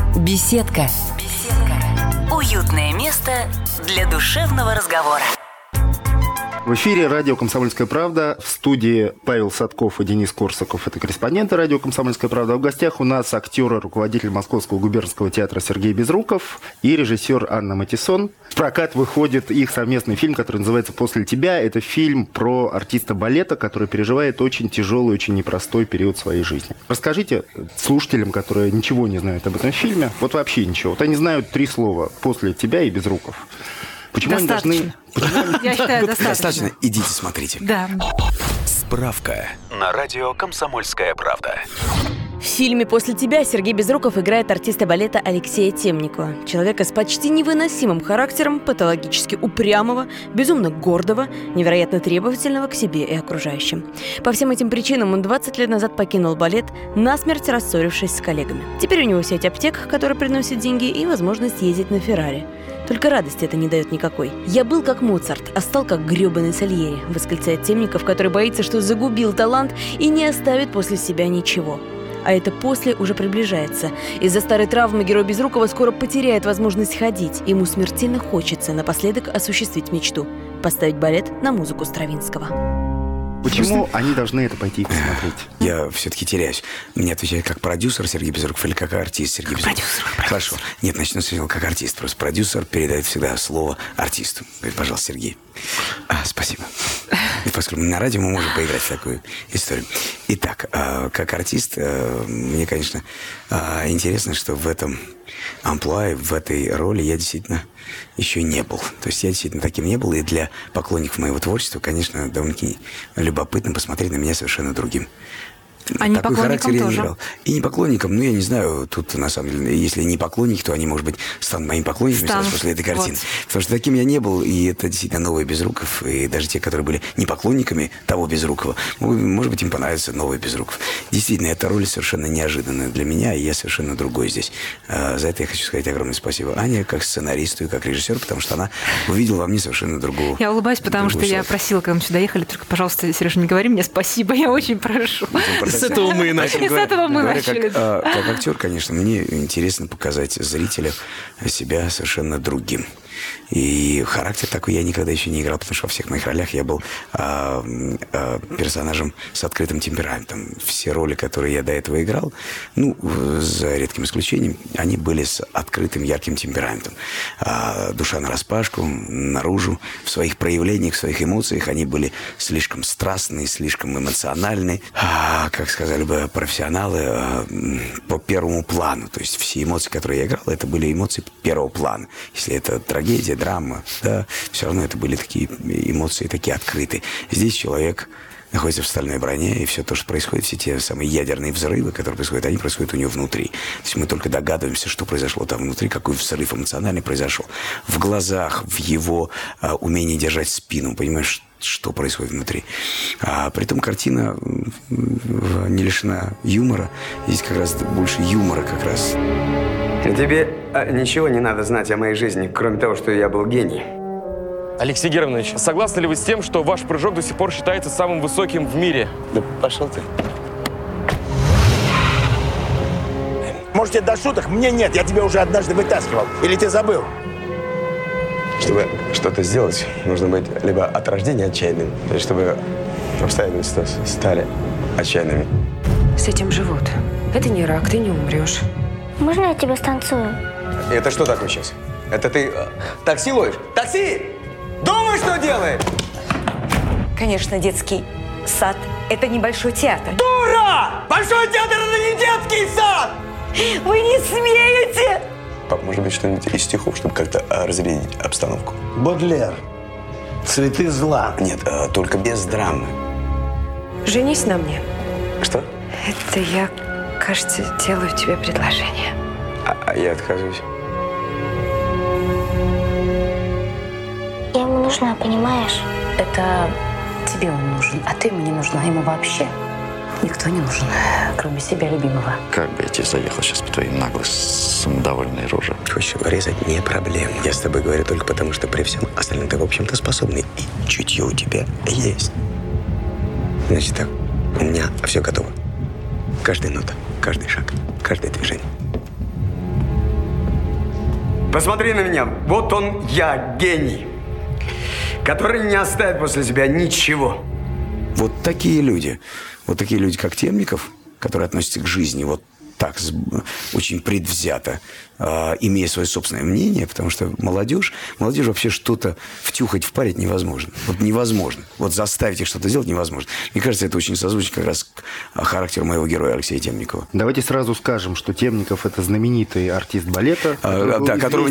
Беседка. Беседка. Уютное место для душевного разговора. В эфире радио «Комсомольская правда». В студии Павел Садков и Денис Корсаков. Это корреспонденты радио «Комсомольская правда». А в гостях у нас актер и руководитель Московского губернского театра Сергей Безруков и режиссер Анна Матиссон. В прокат выходит их совместный фильм, который называется «После тебя». Это фильм про артиста балета, который переживает очень тяжелый, очень непростой период своей жизни. Расскажите слушателям, которые ничего не знают об этом фильме, вот вообще ничего. Вот они знают 3 слова: «После тебя» и «Безруков». Почему они должны... Я считаю, достаточно. Идите, смотрите. Да. Справка на радио «Комсомольская правда». В фильме «После тебя» Сергей Безруков играет артиста балета Алексея Темникова. Человека с почти невыносимым характером, патологически упрямого, безумно гордого, невероятно требовательного к себе и окружающим. По всем этим причинам он 20 лет назад покинул балет, насмерть рассорившись с коллегами. Теперь у него сеть аптек, которая приносит деньги, и возможность ездить на Феррари. Только радости это не дает никакой. «Я был как Моцарт, а стал как грёбаный Сальери», восклицает Темников, который боится, что загубил талант и не оставит после себя ничего. А это «после» уже приближается. Из-за старой травмы герой Безрукова скоро потеряет возможность ходить. Ему смертельно хочется напоследок осуществить мечту – поставить балет на музыку Стравинского. Почему они должны это пойти и посмотреть? Я все-таки теряюсь. Мне отвечает как продюсер Сергей Безруков или как артист Сергей Безруков? Продюсер. Хорошо. Нет, начну сначала как артист. Просто продюсер передает всегда слово артисту. Говорит, пожалуйста, Сергей. Спасибо. И поскольку на радио мы можем поиграть в такую историю. Итак, как артист, мне, конечно, интересно, что в этом амплуа, в этой роли я действительно еще не был. То есть я действительно таким не был. И для поклонников моего творчества, конечно, довольно-таки любопытно посмотреть на меня совершенно другим. А не такой характер я не тоже? играл. И не поклонникам, я не знаю, тут на самом деле, если не поклонники, то они, может быть, станут моими поклонниками сразу после этой картины. Вот. Потому что таким я не был, и это действительно новый Безруков, и даже те, которые были не поклонниками того Безрукова, может быть, им понравится новый Безруков. Действительно, эта роль совершенно неожиданная для меня, и я совершенно другой здесь. За это я хочу сказать огромное спасибо Ане, как сценаристу и как режиссеру, потому что она увидела во мне совершенно другого. Я улыбаюсь, потому что я просила, когда мы сюда ехали, только, пожалуйста, Сережа, не говори мне спасибо, я очень прошу. С этого мы и начали. С этого мы начали. Как актер, конечно, мне интересно показать зрителю себя совершенно другим. И характер такой я никогда еще не играл, потому что во всех моих ролях я был персонажем с открытым темпераментом. Все роли, которые я до этого играл, за редким исключением, они были с открытым, ярким темпераментом. Душа нараспашку, наружу, в своих проявлениях, в своих эмоциях они были слишком страстные, слишком эмоциональные. Как сказали бы профессионалы, по первому плану. То есть все эмоции, которые я играл, это были эмоции первого плана. Если это трагедия, драма, да, все равно это были такие эмоции, такие открытые. Здесь человек находится в стальной броне, и все то, что происходит, все те самые ядерные взрывы, которые происходят, они происходят у него внутри. То есть мы только догадываемся, что произошло там внутри, какой взрыв эмоциональный произошел. В глазах, в его умении держать спину, понимаешь, что происходит внутри. Притом картина не лишена юмора. Здесь как раз больше юмора как раз. Тебе ничего не надо знать о моей жизни, кроме того, что я был гений. Алексей Германович, согласны ли вы с тем, что ваш прыжок до сих пор считается самым высоким в мире? Да пошел ты. Можете до шуток? Мне нет, я тебя уже однажды вытаскивал. Или ты забыл? Чтобы что-то сделать, нужно быть либо от рождения отчаянным, то есть чтобы обстоятельства стали отчаянными. С этим живут. Это не рак, ты не умрешь. Можно я тебя станцую? Это что такое сейчас? Это ты такси ловишь? Такси! Думай, что делаешь! Конечно, детский сад – это небольшой театр. Дура! Большой театр – это не детский сад! Вы не смеете! Пап, может быть, что-нибудь из стихов, чтобы как-то разрядить обстановку? Бодлер. Цветы зла. Нет, только без драмы. Женись на мне. Что? Это я, кажется, делаю тебе предложение. А я отказываюсь. Я ему нужна, понимаешь? Это тебе он нужен, а ты ему не нужна. Ему вообще никто не нужен, кроме себя любимого. Как бы я тебе заехал сейчас по твоей наглой, самодовольной роже. Хочешь вырезать не проблема. Я с тобой говорю только потому, что при всем остальном ты, в общем-то, способный. И чутье у тебя есть. Значит так, у меня все готово. Каждая нота, каждый шаг, каждое движение. Посмотри на меня. Вот он, я, гений, который не оставит после себя ничего. Вот такие люди, как Темников, которые относятся к жизни вот так, очень предвзято, имея свое собственное мнение, потому что молодежь вообще что-то втюхать, впарить невозможно. Вот невозможно. Вот заставить их что-то сделать невозможно. Мне кажется, это очень созвучно как раз характеру моего героя Алексея Темникова. Давайте сразу скажем, что Темников – это знаменитый артист балета. Которого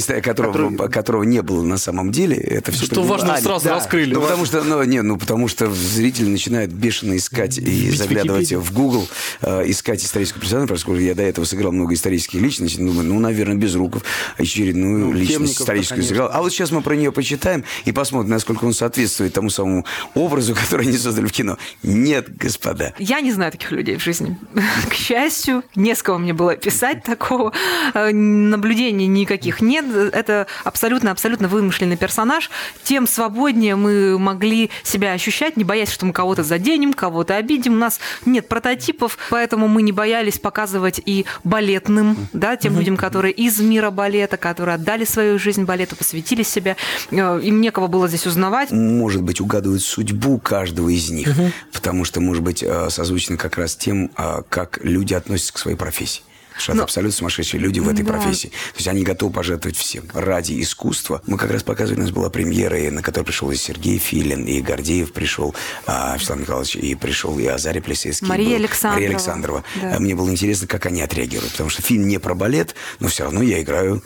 не было на самом деле. Это все что важно, сразу раскрыли. Потому что зрители начинают бешено искать и заглядывать в Google, искать историческую персону, поскольку я до этого сыграл много исторических личностей. Думаю, наверное, Безруков очередную личность историческую сыграл. А вот сейчас мы про нее почитаем и посмотрим, насколько он соответствует тому самому образу, который они создали в кино. Нет, господа. Я не знаю таких людей в жизни. К счастью, не с кого мне было писать такого. Наблюдений никаких нет. Это абсолютно вымышленный персонаж. Тем свободнее мы могли себя ощущать, не боясь, что мы кого-то заденем, кого-то обидим. У нас нет прототипов, поэтому мы не боялись показывать и балетным, да, тем людям, которые из мира балета, которые отдали свою жизнь балету, посвятили себя. Им некого было здесь узнавать. Может быть, угадывают судьбу каждого из них, потому что, может быть, созвучно как раз тем, как люди относятся к своей профессии. Что это абсолютно сумасшедшие люди в этой профессии. То есть они готовы пожертвовать всем ради искусства. Мы как раз показывали, у нас была премьера, на которой пришел и Сергей Филин, и Гордеев пришел, Вячеслав Михайлович, и пришел и Азарий Плесецкий. Мария Александрова. Да. Мне было интересно, как они отреагируют, потому что фильм не про балет, но все равно я играю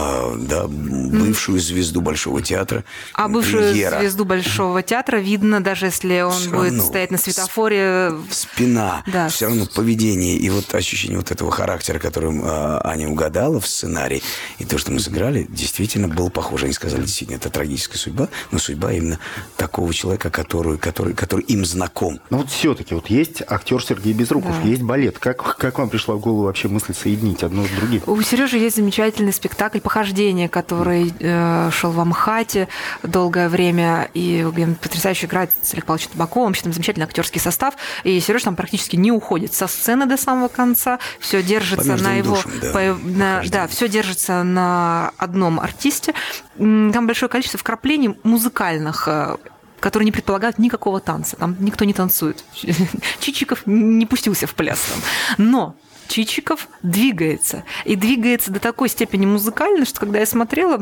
бывшую звезду Большого театра. А бывшую звезду Большого театра видно, даже если он все будет стоять на светофоре. Спина, все равно поведение и вот ощущение вот этого характера, которым Аня угадала в сценарии, и то, что мы сыграли, действительно было похоже. Они сказали, действительно, это трагическая судьба, но судьба именно такого человека, который им знаком. Но вот все-таки вот есть актер Сергей Безруков, есть балет. Как вам пришла в голову вообще мысль соединить одно с другим? У Сережи есть замечательный спектакль «Похождение», который шел в Амхате долгое время, и где он потрясающе играет с Олегом Павловичем Табаковым, вообще там замечательный актерский состав, и Сережа там практически не уходит со сцены до самого конца, все держится на его, все держится на одном артисте. Там большое количество вкраплений музыкальных, которые не предполагают никакого танца. Там никто не танцует. Чичиков не пустился в пляс там. Но Чичиков двигается. И двигается до такой степени музыкально, что когда я смотрела,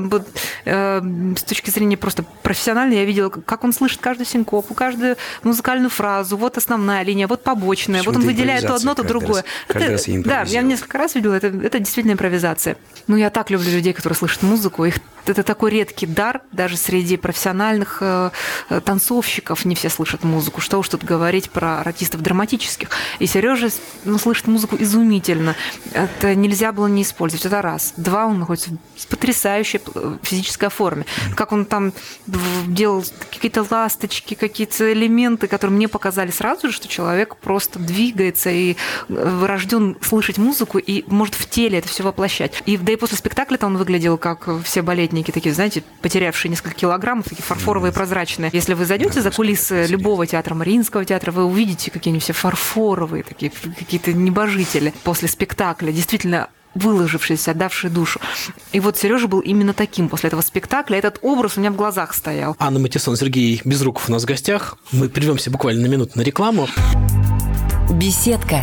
с точки зрения просто профессиональной, я видела, как он слышит каждую синкопу, каждую музыкальную фразу. Вот основная линия, вот побочная. Вот он выделяет то одно, то другое. Я несколько раз видела, это действительно импровизация. Я так люблю людей, которые слышат музыку. Это такой редкий дар, даже среди профессиональных танцовщиков не все слышат музыку. Что уж тут говорить про артистов драматических. И Сережа слышит музыку изумительно. Это нельзя было не использовать. Это раз. Два, он находится в потрясающей физической форме. Как он там делал какие-то ласточки, какие-то элементы, которые мне показали сразу же, что человек просто двигается и рожден слышать музыку и может в теле это все воплощать. И после спектакля-то он выглядел как все балетники, такие, знаете, потерявшие несколько килограммов, такие фарфоровые, прозрачные. Если вы зайдете за кулисы любого театра, Мариинского театра, вы увидите, какие они все фарфоровые, такие какие-то небожители после спектакля, действительно выложившиеся, отдавшие душу. И вот Сережа был именно таким после этого спектакля. Этот образ у меня в глазах стоял. Анна Матиссон, Сергей Безруков у нас в гостях. Мы прервемся буквально на минуту на рекламу. Беседка.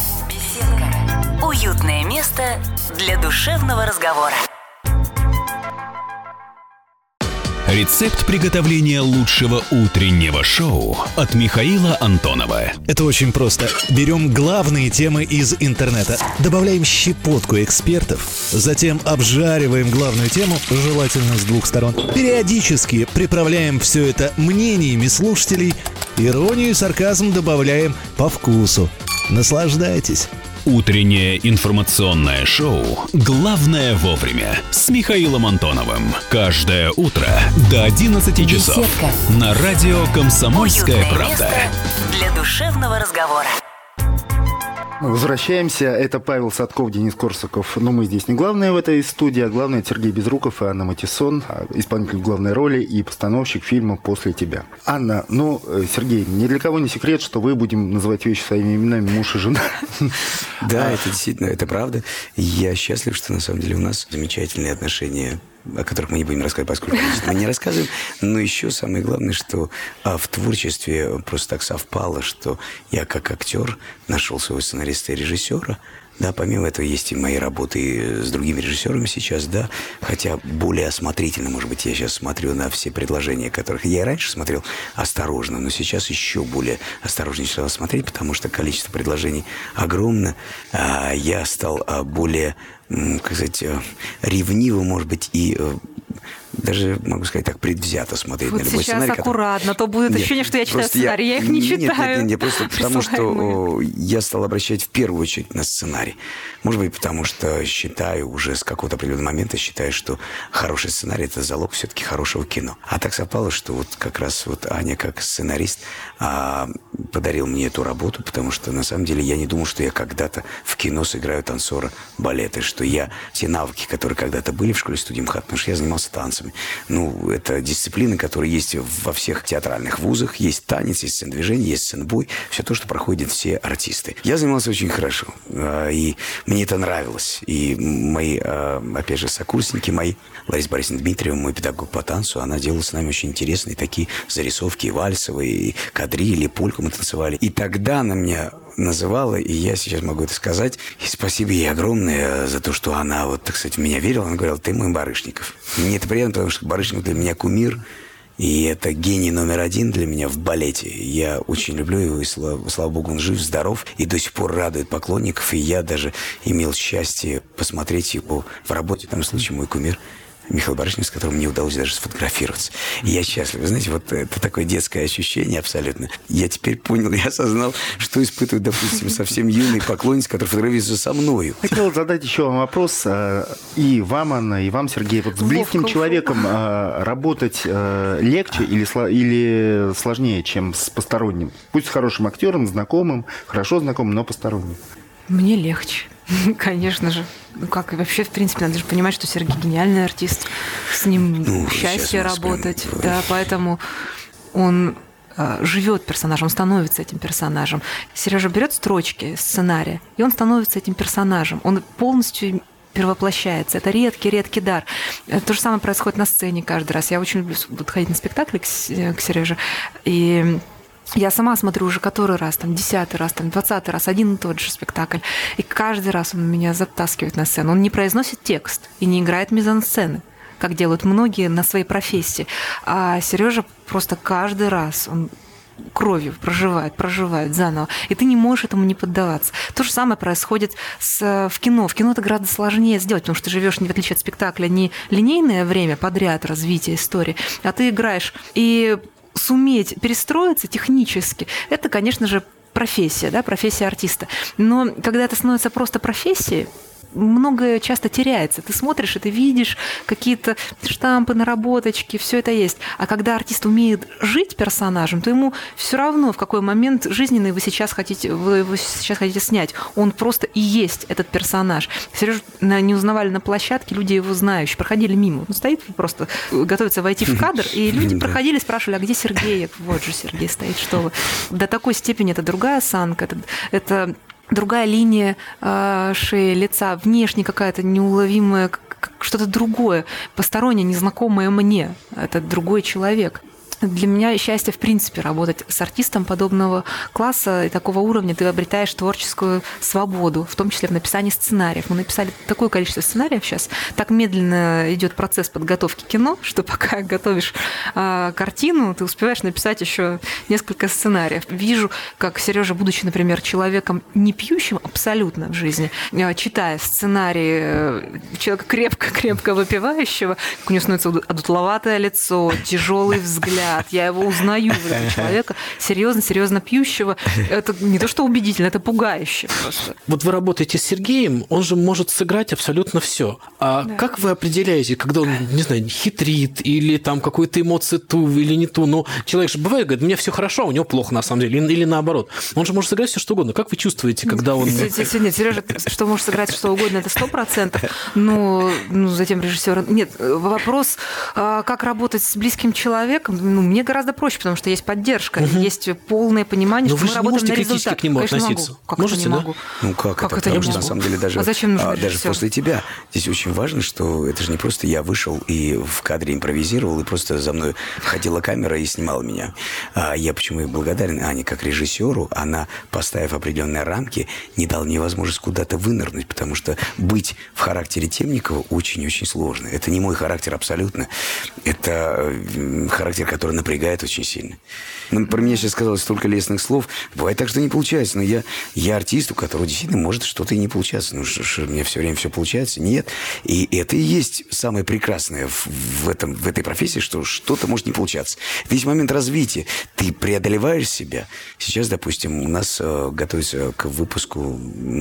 Уютное место для душевного разговора. Рецепт приготовления лучшего утреннего шоу от Михаила Антонова. Это очень просто. Берем главные темы из интернета, добавляем щепотку экспертов, затем обжариваем главную тему, желательно с двух сторон. Периодически приправляем все это мнениями слушателей, иронию и сарказм добавляем по вкусу. Наслаждайтесь. Утреннее информационное шоу «Главное вовремя» с Михаилом Антоновым. Каждое утро до 11 часов. Беседка. На радио «Комсомольская правда». Место для душевного разговора. Возвращаемся. Это Павел Садков, Денис Корсаков. Но мы здесь не главные в этой студии, а главное это Сергей Безруков и Анна Матиссон, исполнитель главной роли и постановщик фильма «После тебя». Анна, Сергей, ни для кого не секрет, что вы, будем называть вещи своими именами, муж и жена. Да, это действительно, это правда. Я счастлив, что на самом деле у нас замечательные отношения о которых мы не будем рассказывать, поскольку мы не рассказываем. Но еще самое главное, что в творчестве просто так совпало, что я как актер нашел своего сценариста и режиссера. Да, помимо этого есть и мои работы с другими режиссерами сейчас, да, хотя более осмотрительно, может быть, я сейчас смотрю на все предложения, которых я и раньше смотрел осторожно, но сейчас еще более осторожнее стал смотреть, потому что количество предложений огромно. Я стал более, как сказать, ревниво, может быть, и даже, могу сказать так, предвзято смотреть вот на любой сценарий. Сейчас аккуратно, то будет ощущение, что я читаю сценарий. Я их не читаю. Нет, просто потому что я стал обращать в первую очередь на сценарий. Может быть, потому что считаю уже с какого-то определенного момента, считаю, что хороший сценарий – это залог все-таки хорошего кино. А так совпало, что вот как раз вот Аня как сценарист подарил мне эту работу, потому что на самом деле я не думал, что я когда-то в кино сыграю танцора балета, что я те навыки, которые когда-то были в школе-студии МХАТ, потому что я занимался танцами. Ну, это дисциплины, которые есть во всех театральных вузах. Есть танец, есть сцен-движение, есть сцен-бой. Все то, что проходят все артисты. Я занимался очень хорошо. И мне это нравилось. И мои, опять же, сокурсники мои, Лариса Борисовна Дмитриева, мой педагог по танцу, она делала с нами очень интересные такие зарисовки, и вальсовые, и кадрили, и польку мы танцевали. И тогда она меня называла, и я сейчас могу это сказать. И спасибо ей огромное за то, что она, вот, так сказать, в меня верила. Она говорила: ты мой Барышников. Мне это приятно, потому что Барышников для меня кумир. И это гений номер один для меня в балете. Я очень люблю его, и слава богу, он жив, здоров, и до сих пор радует поклонников. И я даже имел счастье посмотреть его в работе. В этом случае мой кумир Михаил Барышников, с которым мне удалось даже сфотографироваться. И я счастлив. Вы знаете, вот это такое детское ощущение абсолютно. Я теперь понял, я осознал, что испытывает, допустим, совсем юный поклонник, который фотографируется со мною. Хотел задать еще вам вопрос. И вам, Анна, и вам, Сергей. Вот с близким человеком работать легче или сложнее, чем с посторонним? Пусть с хорошим актером, знакомым, хорошо знакомым, но посторонним. Мне легче. Конечно же. Ну как, и вообще, в принципе, надо же понимать, что Сергей гениальный артист. С ним счастье работать. Да, поэтому он живет персонажем, он становится этим персонажем. Сережа берет строчки сценария, и он становится этим персонажем. Он полностью перевоплощается. Это редкий дар. То же самое происходит на сцене каждый раз. Я очень люблю ходить на спектакли к Сереже. И я сама смотрю уже который раз, 10-й раз, 20-й раз, один и тот же спектакль. И каждый раз он меня затаскивает на сцену. Он не произносит текст и не играет мизансцены, как делают многие на своей профессии. А Сережа просто каждый раз, он кровью проживает заново. И ты не можешь этому не поддаваться. То же самое происходит в кино. В кино это гораздо сложнее сделать, потому что ты живешь, в отличие от спектакля, не линейное время подряд развития истории, а ты играешь. И суметь перестроиться технически, это, конечно же, профессия, да, профессия артиста. Но когда это становится просто профессией, многое часто теряется. Ты смотришь, и ты видишь какие-то штампы, наработочки, все это есть. А когда артист умеет жить персонажем, то ему все равно, в какой момент жизненный вы его сейчас хотите снять. Он просто и есть этот персонаж. Сережу не узнавали на площадке, люди его знающие, проходили мимо. Он стоит, просто готовится войти в кадр, и люди проходили, спрашивали: а где Сергей? Вот же Сергей стоит, что вы. До такой степени это другая осанка, это другая линия шеи, лица, внешне какая-то неуловимая, что-то другое, постороннее, незнакомое мне. Это другой человек. Для меня счастье, в принципе, работать с артистом подобного класса и такого уровня. Ты обретаешь творческую свободу, в том числе в написании сценариев. Мы написали такое количество сценариев сейчас. Так медленно идет процесс подготовки кино, что пока готовишь картину, ты успеваешь написать еще несколько сценариев. Вижу, как Сережа, будучи, например, человеком не пьющим абсолютно в жизни, читая сценарий человека крепко выпивающего, как у него становится одутловатое лицо, тяжелый взгляд. Я его узнаю, этого человека, серьезно пьющего. Это не то, что убедительно, это пугающе просто. Вот вы работаете с Сергеем, он же может сыграть абсолютно все. А да. Как вы определяете, когда он, не знаю, хитрит или там какую-то эмоцию ту или не ту? Ну, человек же бывает, говорит: у меня все хорошо, а у него плохо на самом деле. Или наоборот. Он же может сыграть все что угодно. Как вы чувствуете, когда он... Нет, Сережа, что может сыграть что угодно, это 100%. Но затем режиссер... Нет, вопрос, как работать с близким человеком, мне гораздо проще, потому что есть поддержка, есть полное понимание, что мы работаем на результат. Но вы же не можете критически к нему относиться. Как можете, это не да? могу? Ну как это? Потому что, на самом деле, даже, зачем нужен даже после тебя. Здесь очень важно, что это же не просто я вышел и в кадре импровизировал, и просто за мной ходила камера и снимала меня. Я почему и благодарен Ане как режиссеру. Она, поставив определенные рамки, не дала мне возможность куда-то вынырнуть, потому что быть в характере Темникова очень-очень сложно. Это не мой характер абсолютно. Это характер, который напрягает очень сильно. Ну, про меня сейчас сказалось столько лестных слов. Бывает так, что не получается. Но я артист, у которого действительно может что-то и не получаться. Ну, что у меня все время все получается? Нет. И это и есть самое прекрасное в этой профессии, что что-то может не получаться. Весь момент развития. Ты преодолеваешь себя. Сейчас, допустим, у нас готовится к выпуску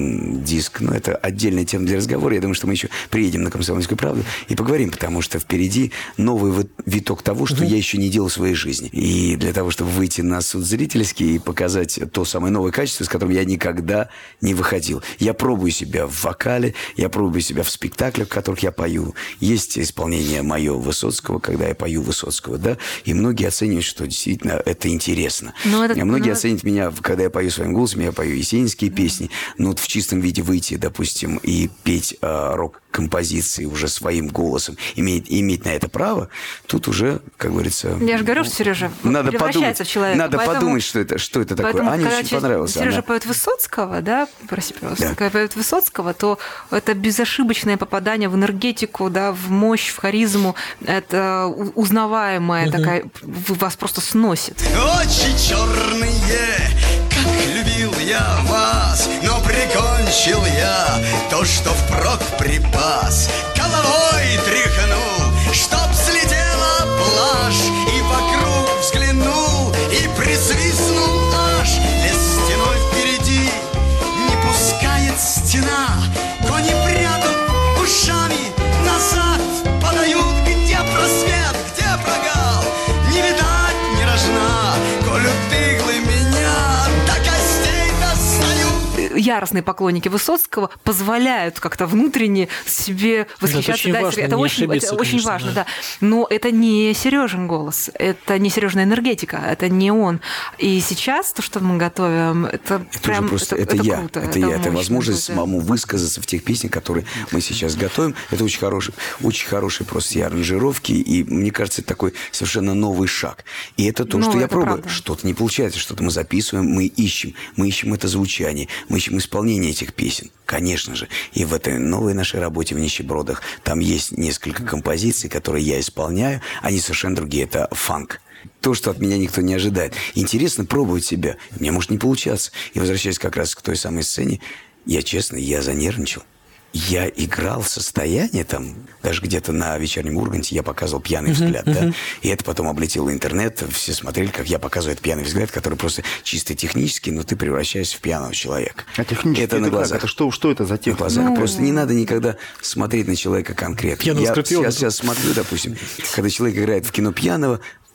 диск. Ну, это отдельная тема для разговора. Я думаю, что мы еще приедем на «Комсомольскую правду» и поговорим, потому что впереди новый виток того, что я еще не делал в своей жизни. И для того, чтобы выйти на суд зрительский и показать то самое новое качество, с которым я никогда не выходил. Я пробую себя в вокале, я пробую себя в спектаклях, в которых я пою. Есть исполнение мое Высоцкого, когда я пою Высоцкого, да, и многие оценивают, что действительно это интересно. Многие оценят меня, когда я пою своим голосом, я пою есенинские песни, но вот в чистом виде выйти, допустим, и петь рок-композиции уже своим голосом, иметь на это право, тут уже, как говорится... Я же говорю, что Сережа превращается в человека. Надо подумать, что это такое. Ане очень понравилось. Сережа поет Высоцкого, да, прости, пожалуйста, когда поет Высоцкого, то это безошибочное попадание в энергетику, да, в мощь, в харизму. Это узнаваемая такая, вас просто сносит. Очи черные, как любил я вас, но прикончил я то, что впрок припас. Головой тряхнул, чтоб слетела блажь, и вокруг взглянул, и присвистнул аж. Лес стеной впереди не пускает стена, кони прядут ушами назад, подают, где просвет, где прогал. Не видать, не рожна, коль ты меня до костей достают. Яростные поклонники Высоцкого позволяют как-то внутренне себе восхищаться. Это очень важно, да. Но это не Сережин голос, это не Сережная энергетика, это не он. И сейчас то, что мы готовим, это прям просто это я. круто. Это возможность самому высказаться в тех песнях, которые мы сейчас готовим. Это очень хорошие просто аранжировки, и мне кажется, это такой совершенно новый шаг. И это то, что я пробую. Правда. Что-то не получается, что-то мы записываем, мы ищем это звучание, мы ищем исполнение этих песен, конечно же. И в этой новой нашей работе в «Нищебродах» там есть несколько композиций, которые я исполняю. Они совершенно другие. Это фанк. То, что от меня никто не ожидает. Интересно пробовать себя. Мне может не получаться. И возвращаясь как раз к той самой сцене, я занервничал. Я играл в состоянии, там, даже где-то на вечернем Урганте я показывал пьяный взгляд, да, и это потом облетело интернет, все смотрели, как я показываю этот пьяный взгляд, который просто чисто технический, но ты превращаешься в пьяного человека. А технически это на глазах? Это что это за техника? На глазах. Просто не надо никогда смотреть на человека конкретно. Я сейчас смотрю, допустим, когда человек играет в кино пьяного,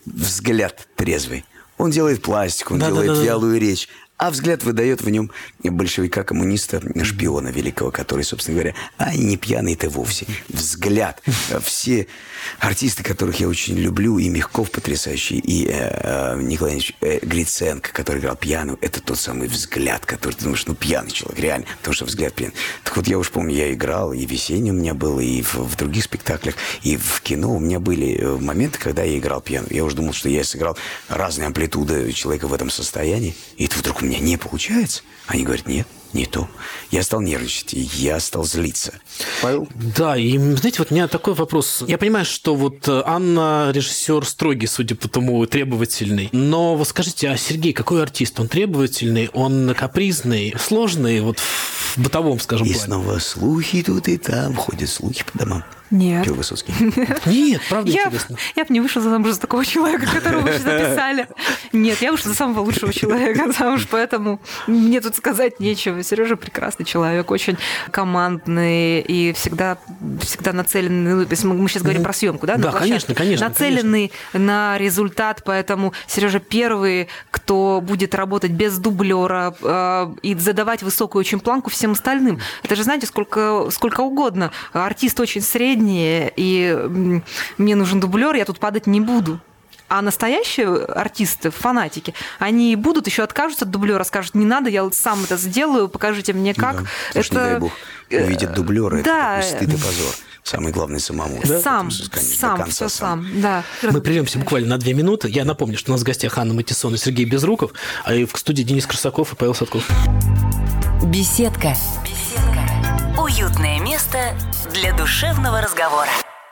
взгляд трезвый. Он делает пластику, он делает вялую речь. А взгляд выдает в нем большевика-коммуниста, шпиона великого, который, собственно говоря, не пьяный-то вовсе. Взгляд. Все артисты, которых я очень люблю, и Мягков потрясающий, и Николай Ильич Гриценко, который играл пьяного, это тот самый взгляд, который ты думаешь, пьяный человек, реально, потому что взгляд пьяный. Так вот, я уж помню, я играл, и «Весенний» у меня был, и в других спектаклях, и в кино у меня были моменты, когда я играл пьяного. Я уже думал, что я сыграл разные амплитуды человека в этом состоянии, и это вдруг у меня не получается. Они говорят, нет, не то. Я стал нервничать, я стал злиться. Павел? Да, и, знаете, вот у меня такой вопрос. Я понимаю, что вот Анна режиссер строгий, судя по тому, требовательный. Но вот скажите, а Сергей какой артист? Он требовательный, он капризный, сложный, вот в бытовом, скажем, плане? И снова слухи тут и там, ходят слухи по домам. Нет. Пел Высоцкий. Нет, правда интересно. Я бы не вышла замуж за такого человека, которого вы сейчас описали. Нет, я вышла за самого лучшего человека замуж, поэтому мне тут сказать нечего. Сережа прекрасный человек, очень командный и всегда нацеленный. То есть мы сейчас говорим про съемку, да? Да, конечно. Нацеленный на результат, поэтому Сережа первый, кто будет работать без дублера и задавать высокую очень планку всем остальным. Это же, знаете, сколько угодно. Артист очень средний, и мне нужен дублер, я тут падать не буду. А настоящие артисты, фанатики, они будут еще откажутся от дублера, скажут, не надо, я сам это сделаю, покажите мне как. Да, потому что, не дай бог, увидят дублера, да. Это такой стыд и позор. Самое главное самому. Да? Сам, все сам. Да. Мы прервемся буквально на 2 минуты. Я напомню, что у нас в гостях Анна Матиссон и Сергей Безруков, а и в студии Денис Корсаков и Павел Садков. Беседка. Уютное место для душевного разговора.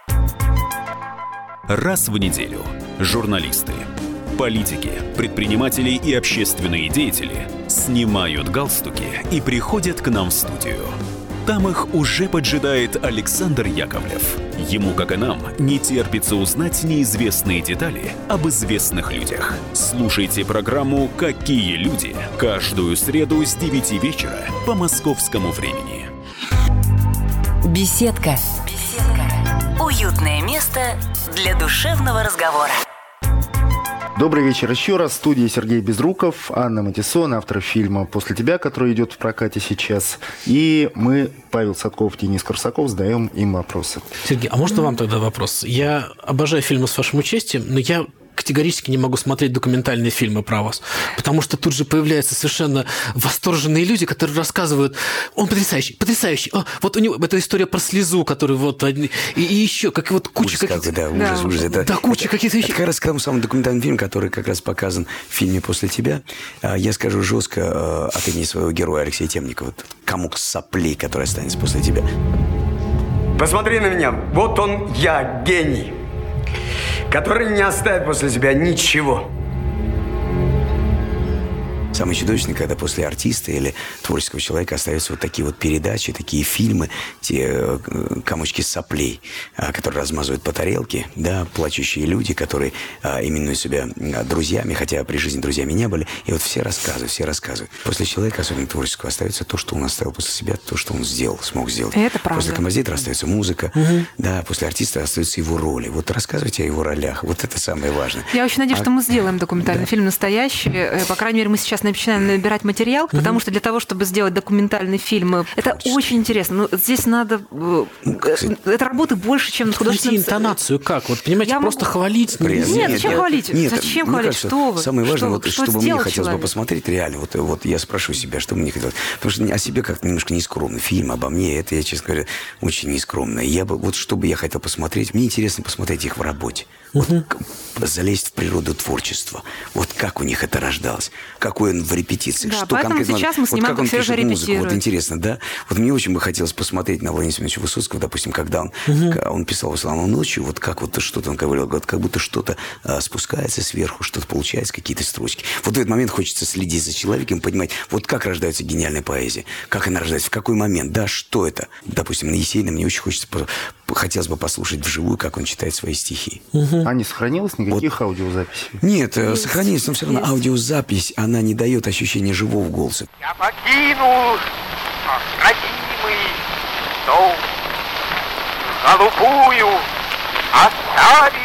Раз в неделю журналисты, политики, предприниматели и общественные деятели снимают галстуки и приходят к нам в студию. Там их уже поджидает Александр Яковлев. Ему, как и нам, не терпится узнать неизвестные детали об известных людях. Слушайте программу «Какие люди» каждую среду с 9 вечера по московскому времени. Беседка. Уютное место для душевного разговора. Добрый вечер еще раз. В студии Сергей Безруков, Анна Матиссон, автор фильма «После тебя», который идет в прокате сейчас. И мы, Павел Садков, Денис Корсаков, задаем им вопросы. Сергей, а можно вам тогда вопрос? Я обожаю фильмы с вашим участием, но я категорически не могу смотреть документальные фильмы про вас, потому что тут же появляются совершенно восторженные люди, которые рассказывают, он потрясающий, потрясающий. Вот у него эта история про слезу, которую вот и еще как вот куча каких-то... Да, ужас. Да, куча каких-то вещей. Это как раз самый документальный фильм, который как раз показан в фильме «После тебя». Я скажу жестко от имени своего героя Алексея Темникова. Комок соплей, который останется после тебя. Посмотри на меня. Вот он, я, гений, который не оставит после себя ничего. Самое чудовищное, когда после артиста или творческого человека остаются вот такие вот передачи, такие фильмы, те комочки соплей, которые размазывают по тарелке, да, плачущие люди, которые именуют себя друзьями, хотя при жизни друзьями не были. И вот все рассказывают. После человека, особенно творческого, остается то, что он оставил после себя, то, что он сделал, смог сделать. Это правда. После композитора остается музыка, да, после артиста остаются его роли. Вот рассказывайте о его ролях, вот это самое важное. Я очень надеюсь, что мы сделаем документальный фильм настоящий. По крайней мере, мы сейчас начинаем набирать материал, потому что для того, чтобы сделать документальный фильм, это очень интересно. Но здесь надо... Это работы больше, чем на художественном... Интонацию как? Вот, понимаете, просто хвалить... Нет, зачем хвалить? Зачем хвалить? Что вы? Самое важное, что мне хотелось бы посмотреть, реально, вот я спрошу себя, что мне хотелось. Потому что о себе как-то немножко нескромно. Фильм обо мне, это, я, честно говоря, очень нескромно. Вот что бы я хотел посмотреть, мне интересно посмотреть их в работе. Вот залезть в природу творчества. Вот как у них это рождалось. Какой он в репетициях. Да, что поэтому конкретно, сейчас мы снимаем, как он как пишет музыку. Вот интересно, да? Вот мне очень бы хотелось посмотреть на Владимира Семеновича Высоцкого, допустим, когда он писал в основном ночью, вот как вот что-то он говорил, вот как будто что-то спускается сверху, что-то получается, какие-то строчки. Вот в этот момент хочется следить за человеком, понимать, вот как рождается гениальная поэзия, как она рождается, в какой момент, да, что это. Допустим, на Есенина мне очень хотелось бы послушать вживую, как он читает свои стихи. А не сохранилось никаких аудиозаписей? Нет, сохранилось, но все равно аудиозапись, она не дает ощущения живого голоса. Я покинул родимый дом, голубую оставил.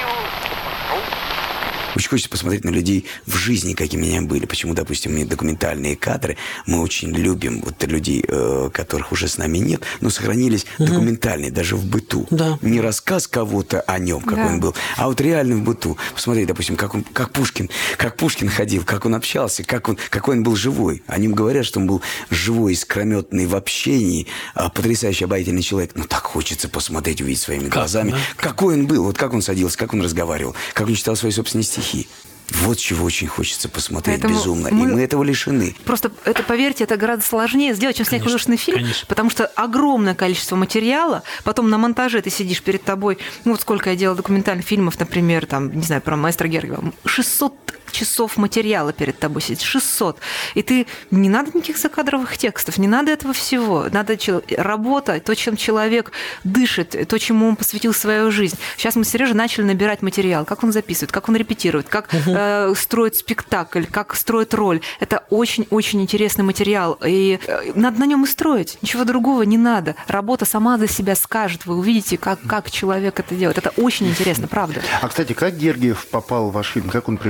Очень хочется посмотреть на людей в жизни, какими они были. Почему, допустим, документальные кадры мы очень любим, вот людей, которых уже с нами нет, но сохранились документальные, даже в быту. Да. Не рассказ кого-то о нем, какой он был, а вот реально в быту. Посмотреть, допустим, как Пушкин ходил, как он общался, какой он был живой. О нем говорят, что он был живой, искрометный в общении, потрясающий, обаятельный человек. Ну, так хочется посмотреть, увидеть своими глазами, какой он был, вот как он садился, как он разговаривал, как он читал свои собственные стихи. Вот чего очень хочется посмотреть. Поэтому безумно. И мы этого лишены. Просто, поверьте, это гораздо сложнее сделать, чем снять художественный фильм. Конечно. Потому что огромное количество материала. Потом на монтаже ты сидишь перед тобой. Ну, вот сколько я делала документальных фильмов, например, там, не знаю, про маэстро Гергова. 600 часов материала перед тобой сидит. 600. И ты... Не надо никаких закадровых текстов, не надо этого всего. Надо работа, то, чем человек дышит, то, чему он посвятил свою жизнь. Сейчас мы с Сережей начали набирать материал. Как он записывает, как он репетирует, как строит спектакль, как строит роль. Это очень-очень интересный материал. И надо на нем и строить. Ничего другого не надо. Работа сама за себя скажет. Вы увидите, как человек это делает. Это очень интересно, правда. А, кстати, как Гергиев попал в ваш фильм? Как он пришел?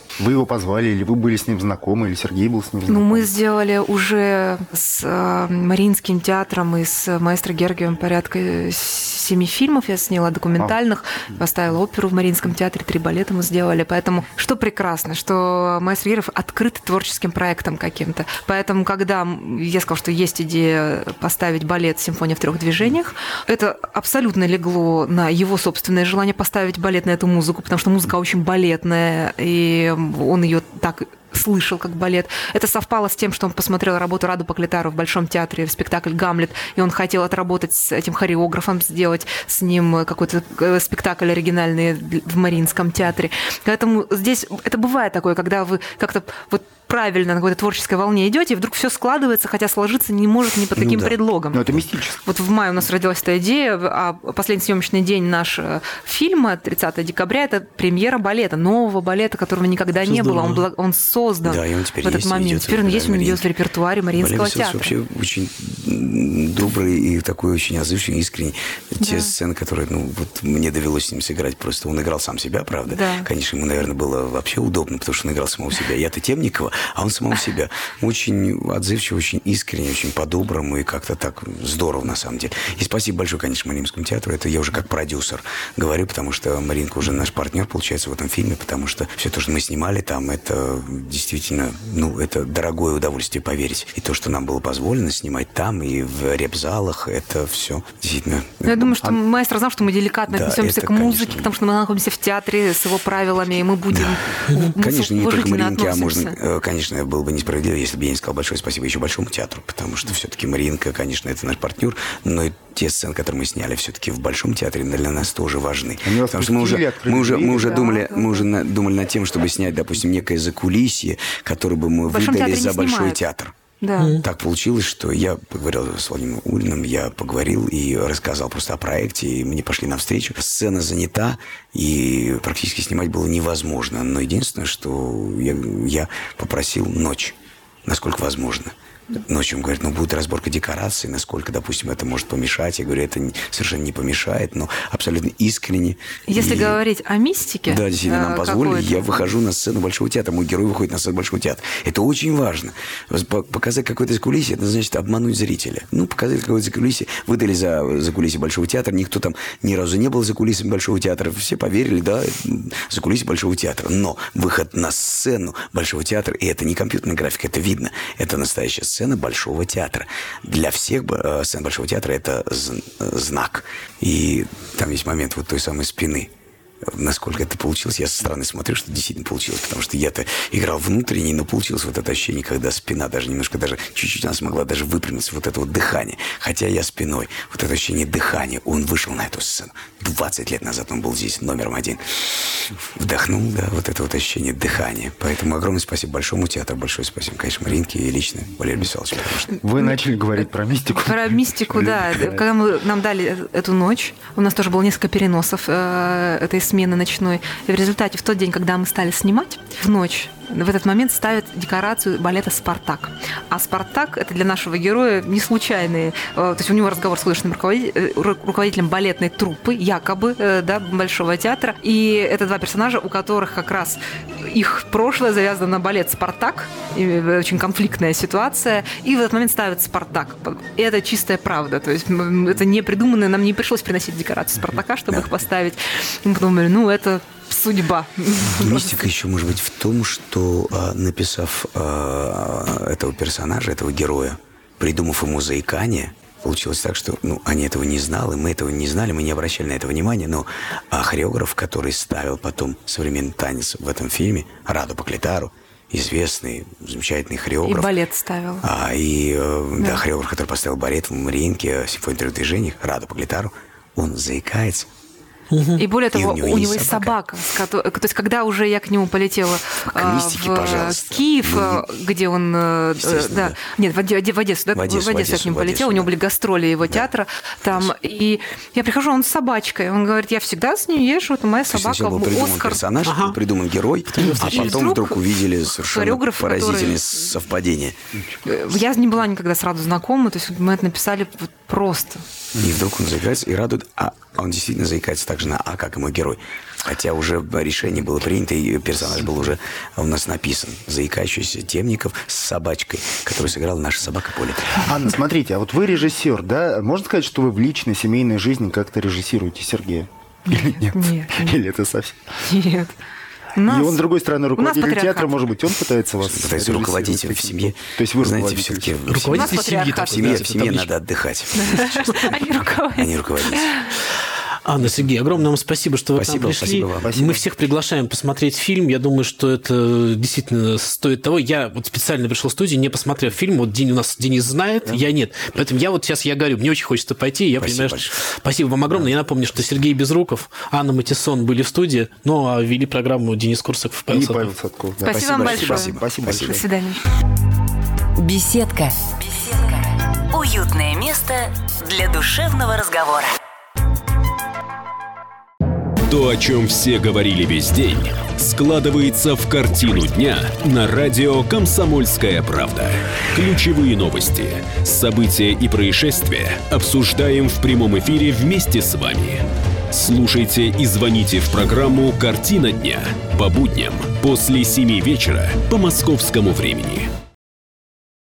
Вы его позвали, или вы были с ним знакомы, или Сергей был с ним знаком? Ну, мы сделали уже с Мариинским театром и с маэстро Гергием порядка 7 фильмов я сняла, документальных, поставила оперу в Мариинском театре, 3 балета мы сделали. Поэтому что прекрасно, что маэстро Гергиев открыт творческим проектом каким-то. Поэтому, когда я сказала, что есть идея поставить балет «Симфония в 3 движениях», это абсолютно легло на его собственное желание поставить балет на эту музыку, потому что музыка очень балетная, и он ее так слышал как балет. Это совпало с тем, что он посмотрел работу Раду Поклитару в Большом театре, в спектакль «Гамлет», и он хотел отработать с этим хореографом, сделать с ним какой-то спектакль оригинальный в Мариинском театре. Поэтому здесь это бывает такое, когда вы как-то вот правильно на какой-то творческой волне идете, и вдруг все складывается, хотя сложиться не может ни под каким предлогом. Но это мистически. Вот в мае у нас родилась эта идея, а последний съемочный день нашего фильма, 30 декабря, это премьера балета, нового балета, которого никогда не было. Он создан да, и он теперь в этот момент. Теперь он есть, он идет в репертуаре Мариинского театра. Вообще очень добрый и такой очень отзывчивый, искренний. Те сцены, которые, вот мне довелось с ним сыграть, просто он играл сам себя, правда? Да. Конечно, ему, наверное, было вообще удобно, потому что он играл самого себя. Я-то Темникова, а он самого себя. Очень отзывчивый, очень искренне, очень по-доброму и как-то так здорово, на самом деле. И спасибо большое, конечно, Мариинскому театру. Это я уже как продюсер говорю, потому что Маринка уже наш партнер, получается, в этом фильме, потому что все то, что мы снимали там, это действительно, это дорогое удовольствие, поверить. И то, что нам было позволено снимать там и в репзалах, это все действительно... Я думаю, что маэстро знал, что мы деликатно отнесемся к музыке, конечно, потому что мы находимся в театре с его правилами, и мы будем конечно, не только Маринке, а относимся. Конечно, было бы несправедливо, если бы я не сказал большое спасибо еще Большому театру, потому что все-таки Маринка, конечно, это наш партнер, но и те сцены, которые мы сняли все-таки в Большом театре, для нас тоже важны. Потому что мы уже думали над тем, чтобы снять, допустим, некое закулисье, которое бы мы выдали за Большой театр. Да. Так получилось, что я поговорил с Владимиром Ульным, я поговорил и рассказал просто о проекте, и мне пошли навстречу. Сцена занята, и практически снимать было невозможно. Но единственное, что я попросил ночь, насколько возможно. Ночью он говорит, будет разборка декораций, насколько, допустим, это может помешать. Я говорю, это совершенно не помешает, но абсолютно искренне. Если говорить о мистике... Да, действительно, нам позволили. Я выхожу на сцену Большого театра, мой герой выходит на сцену Большого театра. Это очень важно. Показать какое-то закулисье, это значит обмануть зрителя. Показать какое-то закулисье, выдали за закулисье Большого театра, никто там ни разу не был за кулисами Большого театра, все поверили, да, закулисье Большого театра. Но выход на сцену Большого театра, и это не компьютерная графика, это видно, это настоящая сцена Большого театра. Для всех сцен Большого театра это знак. И там есть момент вот той самой спины. Насколько это получилось, я со стороны смотрю, что действительно получилось, потому что я-то играл внутренне, но получилось вот это ощущение, когда спина даже немножко, даже чуть-чуть она смогла даже выпрямиться, вот это вот дыхание. Хотя я спиной, вот это ощущение дыхания, он вышел на эту сцену. 20 лет назад он был здесь номером 1. Вдохнул, да, вот это вот ощущение дыхания. Поэтому огромное спасибо Большому театру, большое спасибо, конечно, Маринке и лично Валерию Бессаловичу. Вы начали говорить про мистику. Про мистику, да. Когда нам дали эту ночь, у нас тоже было несколько переносов этой смены ночной. И в результате, в тот день, когда мы стали снимать, в ночь, в этот момент ставят декорацию балета «Спартак». А «Спартак» — это для нашего героя не случайный. То есть у него разговор с художественным руководителем балетной труппы, якобы, да, Большого театра. И это 2 персонажа, у которых как раз их прошлое завязано на балет «Спартак». И очень конфликтная ситуация. И в этот момент ставят «Спартак». И это чистая правда. То есть это не придуманное. Нам не пришлось приносить декорации «Спартака», чтобы их поставить. И мы подумали, это судьба. Мистика еще может быть в том, что, написав этого персонажа, этого героя, придумав ему заикание, получилось так, что они этого не знали, мы этого не знали, мы не обращали на это внимания, но хореограф, который ставил потом современный танец в этом фильме, Раду Поклитару, известный, замечательный хореограф. И балет ставил. Да, хореограф, который поставил балет в Мариинке, «Симфония в 3 движениях», Раду Поклитару, он заикается. И более того, у него есть собака. То есть, когда уже я к нему полетела в Киев, где он... Да. Нет, в Одессу. Да? В Одессу я к нему полетела. У него были гастроли его театра там. И я прихожу, он с собачкой. Он говорит, я всегда с ней езжу, это моя собака. Сначала был придуман персонаж, был придуман герой, а потом вдруг увидели совершенно поразительное совпадение. Я не была никогда сразу знакома, то есть мы это написали просто. И вдруг он заикается и радует, а он действительно заикается так так же на «а», как и мой герой. Хотя уже решение было принято, и персонаж был уже у нас написан. Заикающийся Темников с собачкой, которую сыграла наша собака Поля. Анна, смотрите, а вот вы режиссер, да? Можно сказать, что вы в личной семейной жизни как-то режиссируете Сергея? Или нет? Нет. Или это совсем? Нет. И он, с другой стороны, руководитель театра, может быть, он пытается вас... Пытается руководить в семье. То есть вы знаете, все-таки руководитель семьи. В семье надо отдыхать. Они руководители. Анна, Сергей, огромное вам спасибо, что вы к нам пришли. Мы всех приглашаем посмотреть фильм. Я думаю, что это действительно стоит того. Я вот специально пришел в студию, не посмотрев фильм. Вот у нас Денис знает, я нет. Поэтому я вот сейчас говорю, мне очень хочется пойти. Я понимаю, что... Спасибо вам огромное. Я напомню, что Сергей Безруков, Анна Матиссон были в студии, ну а вели программу Денис Корсаков и Павел Садков. Спасибо вам большое. Спасибо. До свидания. Беседка. Уютное место для душевного разговора. То, о чем все говорили весь день, складывается в картину дня на радио «Комсомольская правда». Ключевые новости, события и происшествия обсуждаем в прямом эфире вместе с вами. Слушайте и звоните в программу «Картина дня» по будням после 7 вечера по московскому времени.